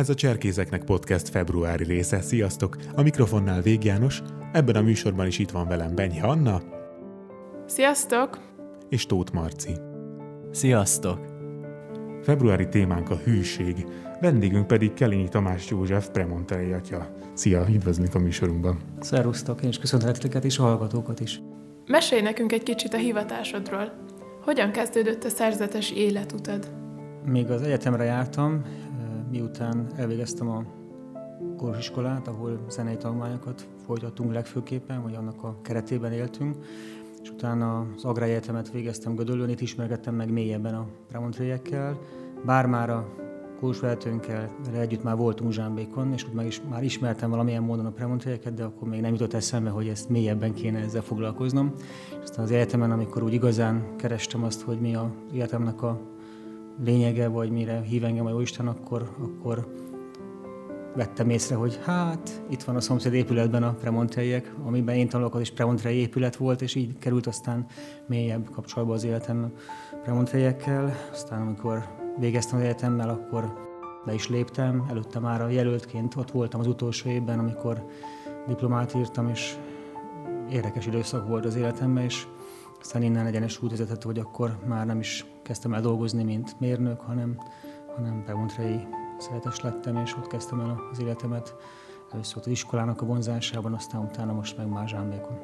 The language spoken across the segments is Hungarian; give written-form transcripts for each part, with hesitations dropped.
Ez a Cserkészeknek podcast februári része. Sziasztok! A mikrofonnál Vég János, ebben a műsorban is itt van velem Benyhe Anna. Sziasztok! És Tóth Marci. Sziasztok! Februári témánk a hűség, vendégünk pedig Kelényi Tamás József, premonterei atya. Szia, üdvözlünk a műsorunkban. Szervusztok, én is köszöntelek titeket és a hallgatókat is. Mesélj nekünk egy kicsit a hivatásodról. Hogyan kezdődött a szerzetes életutad? Még az egyetemre jártam, miután elvégeztem a kórusiskolát, ahol zenei tanulmányokat folytattunk legfőképpen, vagy annak a keretében éltünk, és utána az Agráriegyetemet végeztem Gödöllőn, itt ismerkedtem meg mélyebben a premonteriekkel, bár már a kórusvezetőnkkel együtt már voltunk Zsámbékon, és ott már ismertem valamilyen módon a premonterieket, de akkor még nem jutott eszembe, hogy ezt mélyebben kéne ezzel foglalkoznom. És aztán az egyetemen, amikor úgy igazán kerestem azt, hogy mi az életemnek a lényege, vagy mire hív engem a Jóisten, akkor vettem észre, hogy itt van a szomszéd épületben a premonteriek, amiben én tanulok, az is premonteriai épület volt, és így került aztán mélyebb kapcsolatba az életem premonteriekkel. Aztán amikor végeztem az egyetemmel, akkor be is léptem, előtte már a jelöltként ott voltam az utolsó évben, amikor diplomát írtam, és érdekes időszak volt az életemben, és aztán innen egyenes út vezetett, hogy akkor már nem is kezdtem el dolgozni, mint mérnök, hanem premonteriai szeretes lettem, és ott kezdtem el az életemet. Először az iskolának a vonzásában, aztán utána most meg már Zsámbékon.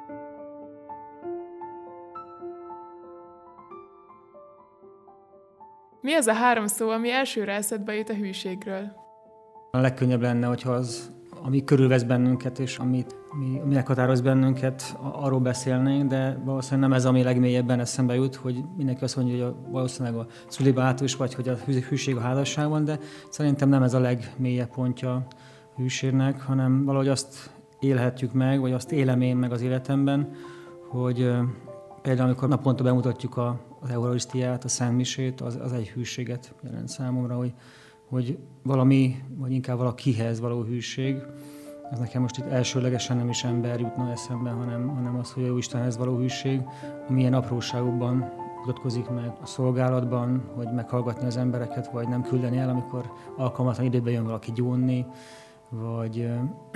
Mi az a 3 szó, ami elsőre eszedbe jut a hűségről? A legkönnyebb lenne, hogyha az, ami körülvesz bennünket, és ami meghatároz bennünket, arról beszélnénk, de valószínűleg nem ez, ami legmélyebben eszembe jut, hogy mindenki azt mondja, hogy valószínűleg a szülibátus, vagy hogy a hűség a házasságban, de szerintem nem ez a legmélyebb pontja a hűségnek, hanem valahogy azt élhetjük meg, vagy azt élem én meg az életemben, hogy például amikor naponta bemutatjuk az Eucharisztiát, a Szentmisét, az egy hűséget jelent számomra, hogy valami, vagy inkább valakihez való hűség. Ez nekem most itt elsőlegesen nem is ember jutna eszembe, hanem az, hogy a Jóistenhez való hűség, ami ilyen apróságokban mutatkozik meg a szolgálatban, hogy meghallgatni az embereket, vagy nem küldeni el, amikor alkalmatlan időben jön valaki gyónni, vagy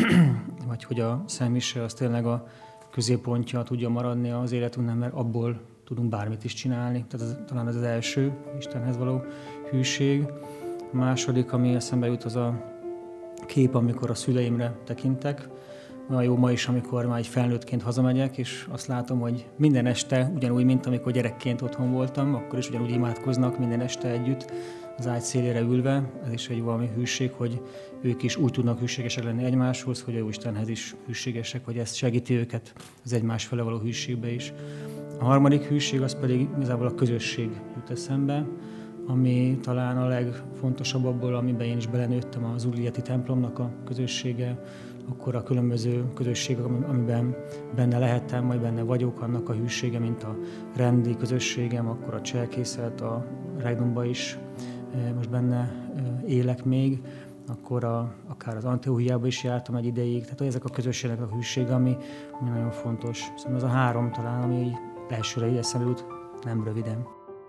hogy a Szentmise az tényleg a középpontja tudja maradni az életünknek, mert abból tudunk bármit is csinálni. Tehát talán ez az első, Istenhez való hűség. A második, ami eszembe jut, az a kép, amikor a szüleimre tekintek. Olyan jó ma is, amikor már egy felnőttként hazamegyek, és azt látom, hogy minden este, ugyanúgy, mint amikor gyerekként otthon voltam, akkor is ugyanúgy imádkoznak minden este együtt, az ágy szélére ülve. Ez is egy valami hűség, hogy ők is úgy tudnak hűségesek lenni egymáshoz, hogy a Jóistenhez is hűségesek, hogy ez segíti őket az egymás fele való hűségbe is. A harmadik hűség az pedig igazából a közösség jut eszembe, ami talán a legfontosabb abból, amiben én is belenőttem, az Újligeti templomnak a közössége, akkor a különböző közösségek, amiben benne lehettem, vagy benne vagyok, annak a hűsége, mint a rendi közösségem, akkor a cserkészet, a Regnumban is most benne élek még, akkor akár az Antiochiában is jártam egy ideig, tehát ezek a közösségek a hűsége, ami nagyon fontos. Szóval ez a 3 talán, ami így elsőre így eszembe jut, nem röviden.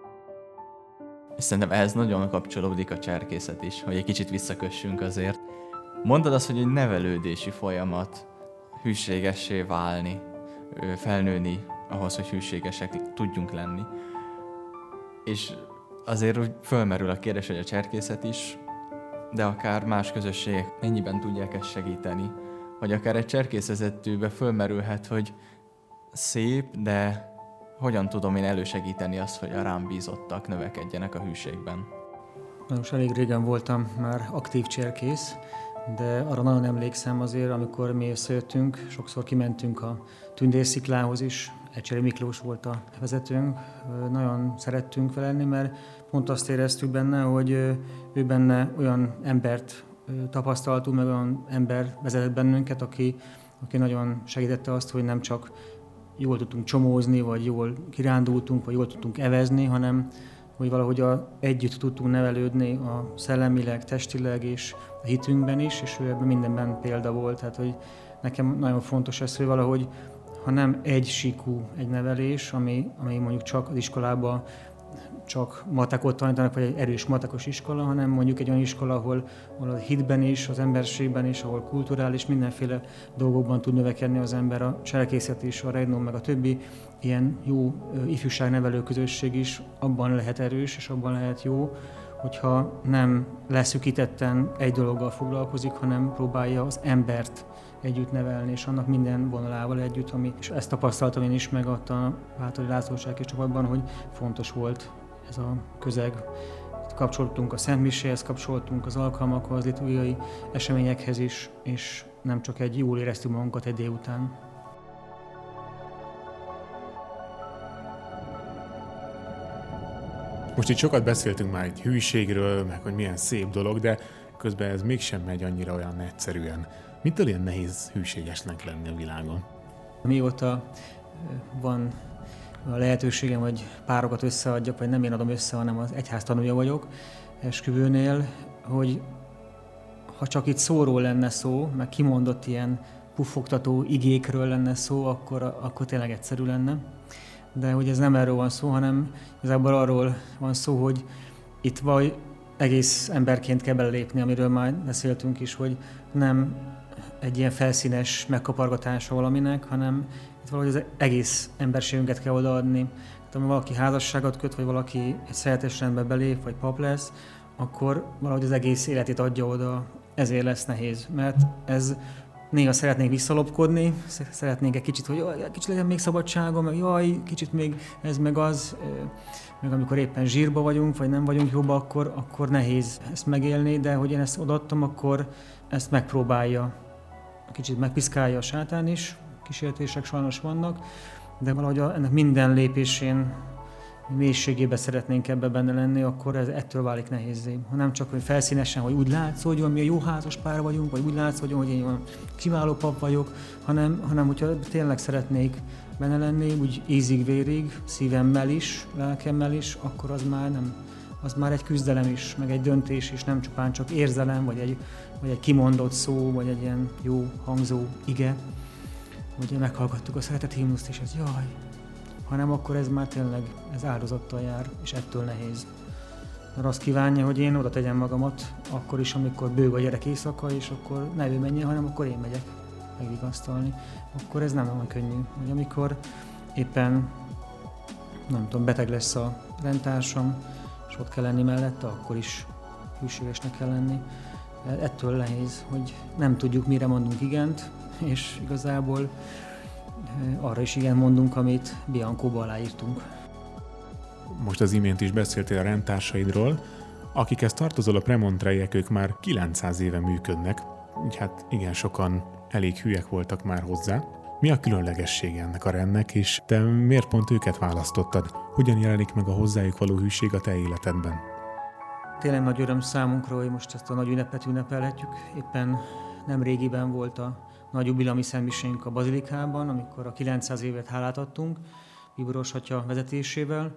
Szerintem ehhez nagyon kapcsolódik a cserkészet is, hogy egy kicsit visszakössünk azért. Mondod azt, hogy egy nevelődési folyamat, hűségessé válni, felnőni ahhoz, hogy hűségesek tudjunk lenni. És azért úgy fölmerül a kérdés, hogy a cserkészet is, de akár más közösségek mennyiben tudják ezt segíteni. Vagy akár egy cserkészvezetőbe fölmerülhet, hogy szép, de hogyan tudom én elősegíteni azt, hogy a rám bízottak növekedjenek a hűségben? Most elég régen voltam már aktív cserkész, de arra nagyon emlékszem azért, amikor mi összejöttünk, sokszor kimentünk a Tündérsziklához is, Ecseri Miklós volt a vezetőnk, nagyon szerettünk vele lenni, mert pont azt éreztük benne, hogy ő benne olyan embert tapasztaltunk, meg olyan ember vezetett bennünket, aki nagyon segítette azt, hogy nem csak jól tudtunk csomózni, vagy jól kirándultunk, vagy jól tudtunk evezni, hanem hogy valahogy együtt tudtunk nevelődni a szellemileg, testileg és a hitünkben is, és ő ebben mindenben példa volt. Tehát, hogy nekem nagyon fontos ez, hogy valahogy, ha nem egy síkú egy nevelés, ami mondjuk csak az iskolában csak matekot tanítanak, vagy egy erős matekos iskola, hanem mondjuk egy olyan iskola, ahol a hitben is, az emberségben is, ahol kulturális, mindenféle dolgokban tud növekedni az ember, a cselkészet is, a Regnum, meg a többi ilyen jó ifjúságnevelő közösség is abban lehet erős, és abban lehet jó, hogyha nem leszűkítetten egy dologgal foglalkozik, hanem próbálja az embert együtt nevelni, és annak minden vonalával együtt, és ezt tapasztaltam én is, megadta a Báthori László Cselkész csapatban, hogy fontos volt ez a közeg. Kapcsoltunk a Szent Miséhez, kapcsoltunk az alkalmakhoz, az liturgiai eseményekhez is, és nem csak egy jól éreztük magunkat egy délután. Most itt sokat beszéltünk már egy hűségről, meg hogy milyen szép dolog, de közben ez mégsem megy annyira olyan egyszerűen. Mitől ilyen nehéz hűségesnek lenni a világon? Mióta van a lehetőségem, hogy párokat összeadjak, vagy nem én adom össze, hanem az egyház tanúja vagyok esküvőnél, hogy ha csak itt szóról lenne szó, meg kimondott ilyen puffogtató igékről lenne szó, akkor tényleg egyszerű lenne. De hogy ez nem erről van szó, hanem igazából arról van szó, hogy itt vagy egész emberként kell belépni, amiről már beszéltünk is, hogy nem egy ilyen felszínes megkapargatása valaminek, hanem itt valahogy az egész emberségünket kell odaadni. Tehát ha valaki házasságot köt, vagy valaki egy szeretes rendbe belép, vagy pap lesz, akkor valahogy az egész életét adja oda. Ezért lesz nehéz, mert ez néha szeretnénk visszalopkodni, szeretnénk egy kicsit, hogy kicsit legyen még szabadságom, meg jaj, kicsit még ez meg az, meg amikor éppen zsírba vagyunk, vagy nem vagyunk jobban, akkor nehéz ezt megélni, de hogy én ezt odaadtam, akkor ezt megpróbálja. Kicsit megpiszkálja a sátán is, kísértések sajnos vannak, de valahogy ennek minden lépésén mélységében szeretnénk ebbe benne lenni, akkor ez ettől válik nehézzé. Ha nem csak hogy felszínesen, hogy úgy látsz, hogy mi a jó házas pár vagyunk, vagy úgy látsz, hogy én olyan kiváló pap vagyok, hanem hogyha tényleg szeretnék benne lenni, úgy ízig-vérig, szívemmel is, lelkemmel is, akkor az már egy küzdelem is, meg egy döntés is, nem csupán csak érzelem, vagy egy kimondott szó, vagy egy ilyen jó hangzó ige, hogy meghallgattuk a szeretet himnuszt, és ez jaj, hanem akkor ez már tényleg ez áldozattal jár, és ettől nehéz. Mert azt kívánja, hogy én oda tegyem magamat, akkor is, amikor bőg a gyerek éjszaka, és akkor ne ő menjen, hanem akkor én megyek megvigasztalni. Akkor ez nem olyan könnyű. Hogy amikor éppen, nem tudom, beteg lesz a rendtársam, és ott kell lenni mellette, akkor is hűségesnek kell lenni. Ettől nehéz, hogy nem tudjuk, mire mondunk igent, és igazából arra is igen mondunk, amit Biancóba aláírtunk. Most az imént is beszéltél a rendtársaidról, akikhez tartozol a premontreiek, ők már 900 éve működnek, így hát igen sokan elég hülyek voltak már hozzá. Mi a különlegessége ennek a rendnek, és te miért pont őket választottad? Hogyan jelenik meg a hozzájuk való hűség a te életedben? Tényleg nagy öröm számunkra, hogy most ezt a nagy ünnepet ünnepelhetjük. Éppen nem régiben volt a nagy jubilami szentmisénk a Bazilikában, amikor a 900 évet hálát adtunk Bíboros atya vezetésével.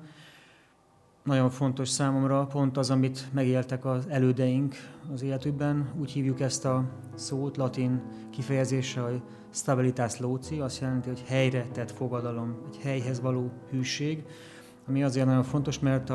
Nagyon fontos számomra pont az, amit megéltek az elődeink az életükben. Úgy hívjuk ezt a szót, latin kifejezése, hogy stabilitas loci, azt jelenti, hogy helyre tett fogadalom, egy helyhez való hűség, ami azért nagyon fontos, mert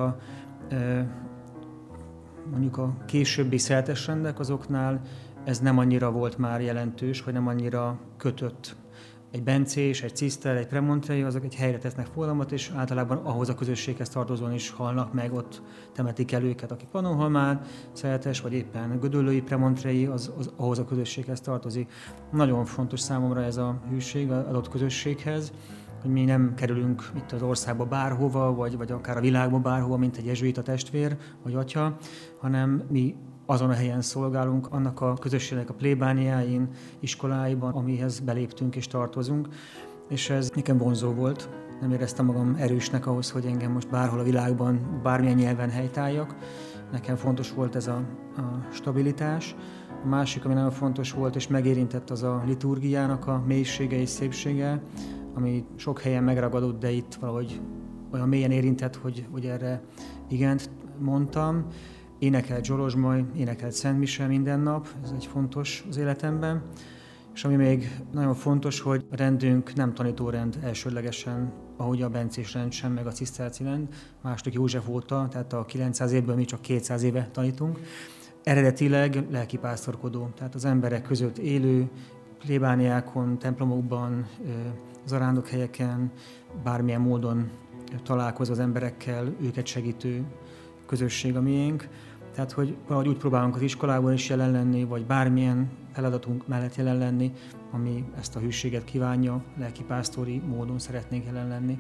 mondjuk a későbbi szerzetesrendek azoknál ez nem annyira volt már jelentős, vagy nem annyira kötött. Egy bencés, egy ciszter, egy premontrei, azok egy helyre tesznek fogadalmat, és általában ahhoz a közösséghez tartozóan is halnak meg, ott temetik el őket, akik Pannonhalmán, szerzetes, vagy éppen gödöllői premontrei, az ahhoz a közösséghez tartozik. Nagyon fontos számomra ez a hűség az adott közösséghez, hogy mi nem kerülünk itt az országba bárhova, vagy akár a világba bárhova, mint egy jezsuita testvér, vagy atya, hanem mi azon a helyen szolgálunk, annak a közösségnek a plébániáin, iskoláiban, amihez beléptünk és tartozunk, és ez nekem vonzó volt. Nem éreztem magam erősnek ahhoz, hogy engem most bárhol a világban, bármilyen nyelven helytálljak. Nekem fontos volt ez a stabilitás. A másik, ami nagyon fontos volt és megérintett, az a liturgiának a mélysége és szépsége, ami sok helyen megragadott, de itt valahogy olyan mélyen érintett, hogy erre igent mondtam. Énekelt Zsolozsmaj, énekelt Szent Mise minden nap, ez egy fontos az életemben. És ami még nagyon fontos, hogy a rendünk nem tanítórend elsődlegesen, ahogy a bencés rend sem, meg a ciszterci rend, II. József óta, tehát a 900 évből mi csak 200 éve tanítunk. Eredetileg lelkipásztorkodó, tehát az emberek között élő, plébániákon, templomokban, zarándokhelyeken, bármilyen módon találkozó az emberekkel, őket segítő közösség a miénk. Tehát, hogy valahogy úgy próbálunk az iskolában is jelen lenni, vagy bármilyen feladatunk mellett jelen lenni, ami ezt a hűséget kívánja, lelkipásztori módon szeretnénk jelen lenni.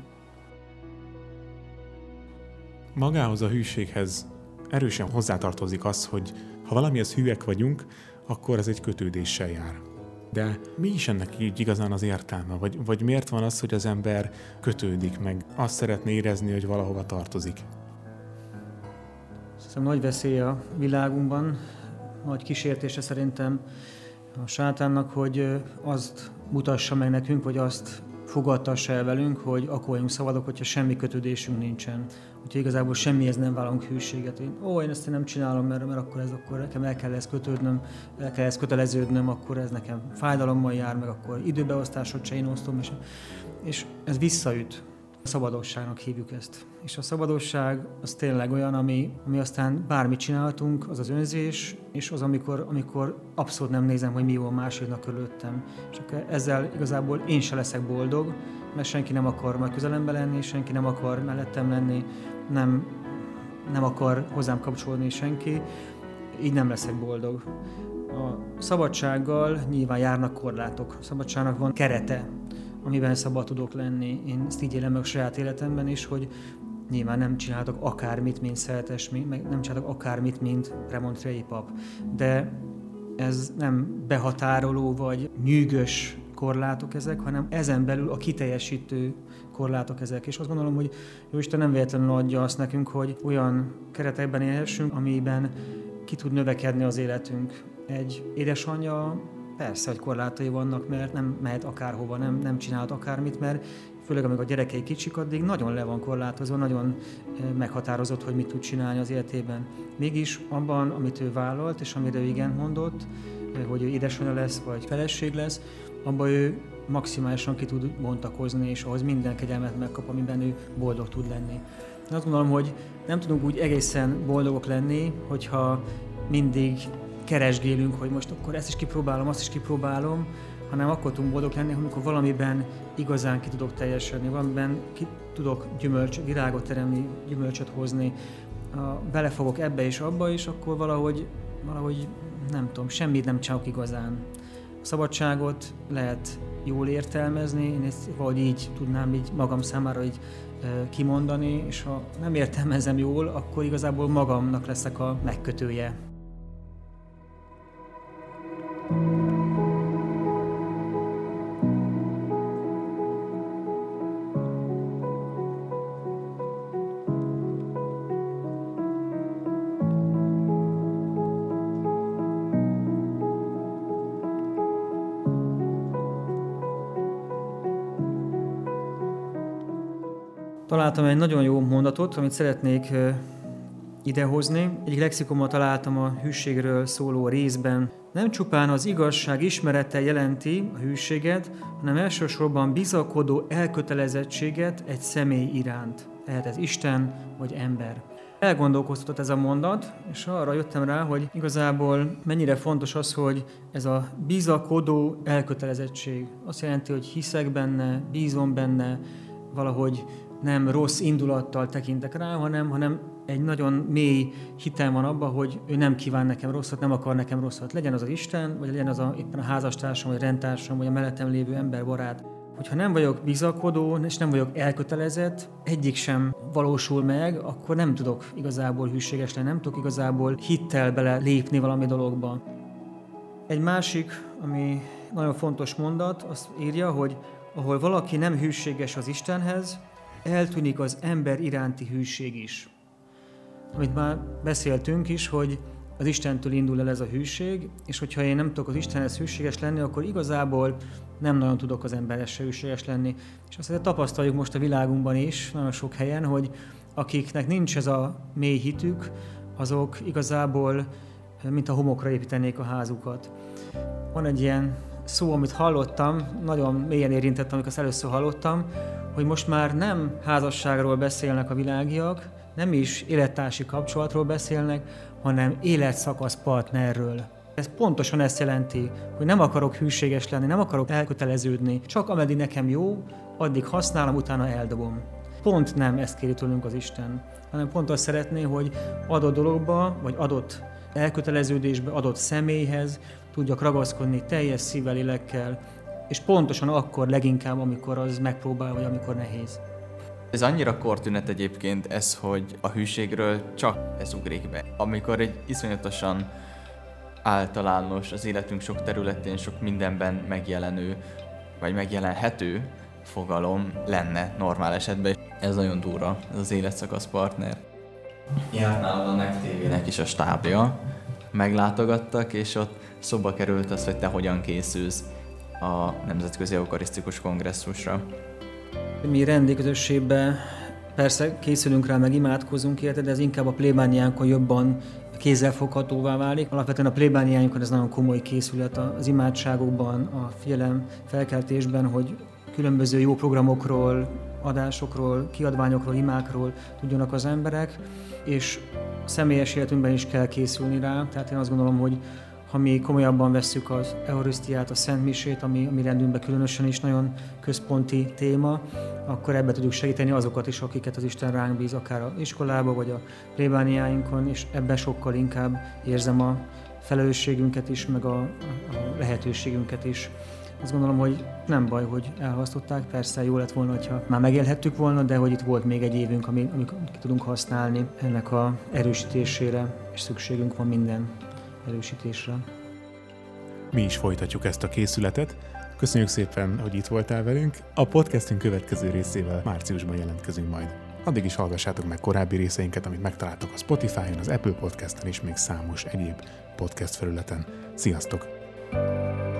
Magához a hűséghez erősen hozzátartozik az, hogy ha valamihez hűek vagyunk, akkor ez egy kötődéssel jár. De mi is ennek így igazán az értelme? Vagy miért van az, hogy az ember kötődik, meg azt szeretné érezni, hogy valahova tartozik? Szerintem nagy veszély a világunkban, nagy kísértése szerintem a sátánnak, hogy azt mutassa meg nekünk, vagy azt fogadtassa el velünk, hogy akkor vagyunk szabadok, hogyha semmi kötődésünk nincsen. Hogyha igazából semmihez nem vállalunk hűséget. Én ezt nem csinálom, mert akkor nekem el kell ezt kötődnöm, el kell ezt köteleződnöm, akkor ez nekem fájdalommal jár, meg akkor időbeosztásot se én osztom, és ez visszaüt. A szabadosságnak hívjuk ezt. És a szabadosság az tényleg olyan, ami aztán bármit csináltunk, az az önzés, és az, amikor abszolút nem nézem, hogy mi van másiknak körülöttem. És akkor ezzel igazából én se leszek boldog, mert senki nem akar majd közelembe lenni, senki nem akar mellettem lenni, nem akar hozzám kapcsolódni senki, így nem leszek boldog. A szabadsággal nyilván járnak korlátok. A szabadságnak van kerete, amiben szabad tudok lenni. Én ezt így élem meg a saját életemben is, hogy nyilván nem csináltak akármit, mint Szeltes, meg nem csináltak akármit, mint premontrei pap. De ez nem behatároló vagy nyűgös korlátok ezek, hanem ezen belül a kiteljesítő korlátok ezek. És azt gondolom, hogy Jóisten nem véletlenül adja azt nekünk, hogy olyan keretekben élhessünk, amiben ki tud növekedni az életünk. Egy édesanyja persze, hogy korlátai vannak, mert nem mehet akárhova, nem csinálhat akármit, mert főleg amíg a gyerekei kicsik, addig nagyon le van korlátozva, nagyon meghatározott, hogy mit tud csinálni az életében. Mégis abban, amit ő vállalt, és amire ő igent mondott, hogy ő édesanyja lesz, vagy feleség lesz, abban ő maximálisan ki tud bontakozni, és ahhoz minden kegyelmet megkap, amiben ő boldog tud lenni. Én azt gondolom, hogy nem tudunk úgy egészen boldogok lenni, hogyha mindig keresgélünk, hogy most akkor ezt is kipróbálom, azt is kipróbálom, hanem akkor tudunk boldog lenni, amikor valamiben igazán ki tudok teljesedni, valamiben ki tudok virágot teremni, gyümölcsöt hozni, belefogok ebbe és abba, és akkor valahogy nem tudom, semmit nem csinálok igazán. A szabadságot lehet jól értelmezni, én ezt valahogy így tudnám így magam számára így kimondani, és ha nem értelmezem jól, akkor igazából magamnak leszek a megkötője. Találtam egy nagyon jó mondatot, amit szeretnék idehozni. Egyik lexikonban találtam a hűségről szóló részben. Nem csupán az igazság ismerete jelenti a hűséget, hanem elsősorban bizakodó elkötelezettséget egy személy iránt. Lehet ez Isten vagy ember. Elgondolkoztatott ez a mondat, és arra jöttem rá, hogy igazából mennyire fontos az, hogy ez a bizakodó elkötelezettség. Azt jelenti, hogy hiszek benne, bízom benne, valahogy nem rossz indulattal tekintek rá, hanem egy nagyon mély hitem van abban, hogy ő nem kíván nekem rosszat, nem akar nekem rosszat. Legyen az Isten, vagy legyen az éppen a házastársam, vagy rendtársam, vagy a mellettem lévő ember, barát. Hogyha nem vagyok bizakodó, és nem vagyok elkötelezett, egyik sem valósul meg, akkor nem tudok igazából hűséges lenni, nem tudok igazából hittel bele lépni valami dologba. Egy másik, ami nagyon fontos mondat, azt írja, hogy ahol valaki nem hűséges az Istenhez, eltűnik az ember iránti hűség is. Amit már beszéltünk is, hogy az Istentől indul el ez a hűség, és hogyha én nem tudok az Istenhez hűséges lenni, akkor igazából nem nagyon tudok az emberhez se hűséges lenni. És azt tapasztaljuk most a világunkban is, nagyon sok helyen, hogy akiknek nincs ez a mély hitük, azok igazából mint a homokra építenék a házukat. Van egy ilyen szó, amit hallottam, nagyon mélyen érintett, amikor azt először hallottam, hogy most már nem házasságról beszélnek a világiak, nem is élettársi kapcsolatról beszélnek, hanem életszakasz partnerről. Ez pontosan ezt jelenti, hogy nem akarok hűséges lenni, nem akarok elköteleződni, csak ameddig nekem jó, addig használom, utána eldobom. Pont nem ezt kéri tőlünk az Isten, hanem pont azt szeretné, hogy adott dologba, vagy adott elköteleződésbe, adott személyhez tudjak ragaszkodni teljes szívvel, lélekkel, és pontosan akkor leginkább, amikor az megpróbál, vagy amikor nehéz. Ez annyira kortünet egyébként ez, hogy a hűségről csak ez ugrik be. Amikor egy iszonyatosan általános, az életünk sok területén, sok mindenben megjelenő, vagy megjelenhető fogalom lenne normál esetben. Ez nagyon durva, ez az életszakasz partner. Járt nálam a NEC TV-nek is a stábja, meglátogattak, és ott szóba került az, hogy te hogyan készülsz a Nemzetközi Eukarisztikus Kongresszusra. Mi rendégközösségben persze készülünk rá, meg imádkozunk érte, de ez inkább a plébániánkon jobban kézzelfoghatóvá válik. Alapvetően a plébániánkon ez nagyon komoly készület az imádságokban, a figyelem felkeltésben, hogy különböző jó programokról, adásokról, kiadványokról, imákról tudjanak az emberek, és személyes életünkben is kell készülni rá. Tehát én azt gondolom, hogy ha mi komolyabban vesszük az Eucharisztiát, a Szent Misét, ami rendünkben különösen is nagyon központi téma, akkor ebbe tudjuk segíteni azokat is, akiket az Isten ránk bíz, akár az iskolába, vagy a plébániáinkon, és ebben sokkal inkább érzem a felelősségünket is, meg a lehetőségünket is. Azt gondolom, hogy nem baj, hogy elhalasztották, persze jó lett volna, ha már megélhettük volna, de hogy itt volt még egy évünk, amit ki tudunk használni ennek a erősítésére, és szükségünk van minden erősítésre. Mi is folytatjuk ezt a készületet. Köszönjük szépen, hogy itt voltál velünk. A podcastünk következő részével márciusban jelentkezünk majd. Addig is hallgassátok meg korábbi részeinket, amit megtaláltok a Spotify-on, az Apple Podcast-en és még számos egyéb podcast felületen. Sziasztok!